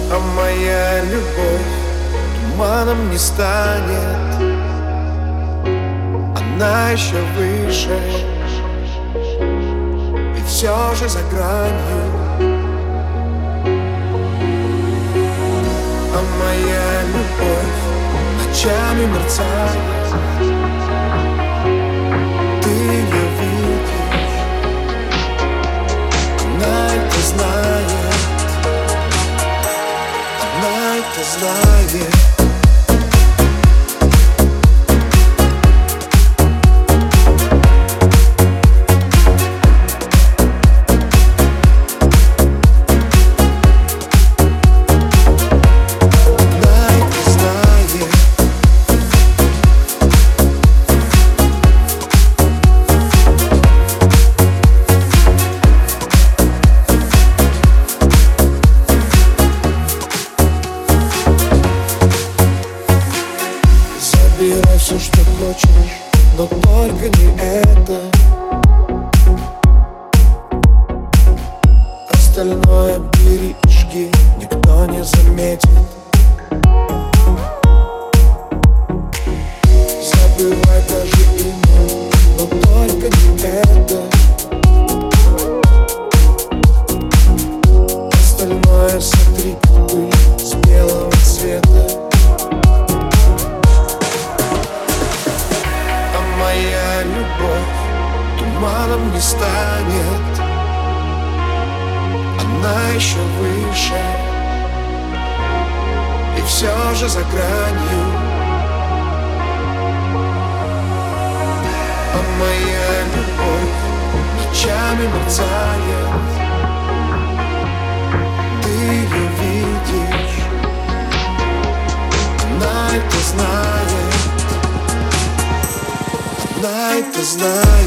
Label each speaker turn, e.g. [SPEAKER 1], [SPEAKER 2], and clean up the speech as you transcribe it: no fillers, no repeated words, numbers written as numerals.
[SPEAKER 1] А моя любовь туманом не станет, она еще выше, и все же за гранью. А моя любовь ночами мерцает, ты ее видишь, она это знает, она это знает. Забирай все, что хочешь, но только не это. Остальное бери и жги, никто не заметит. Забывай даже имя, но только не это. Остальное сотри, как пыль с белого цвета. Моя любовь туманом не станет, она еще выше, и все же за гранью. А моя любовь ночами мерцает, ты ее видишь, она это знает, она это знает.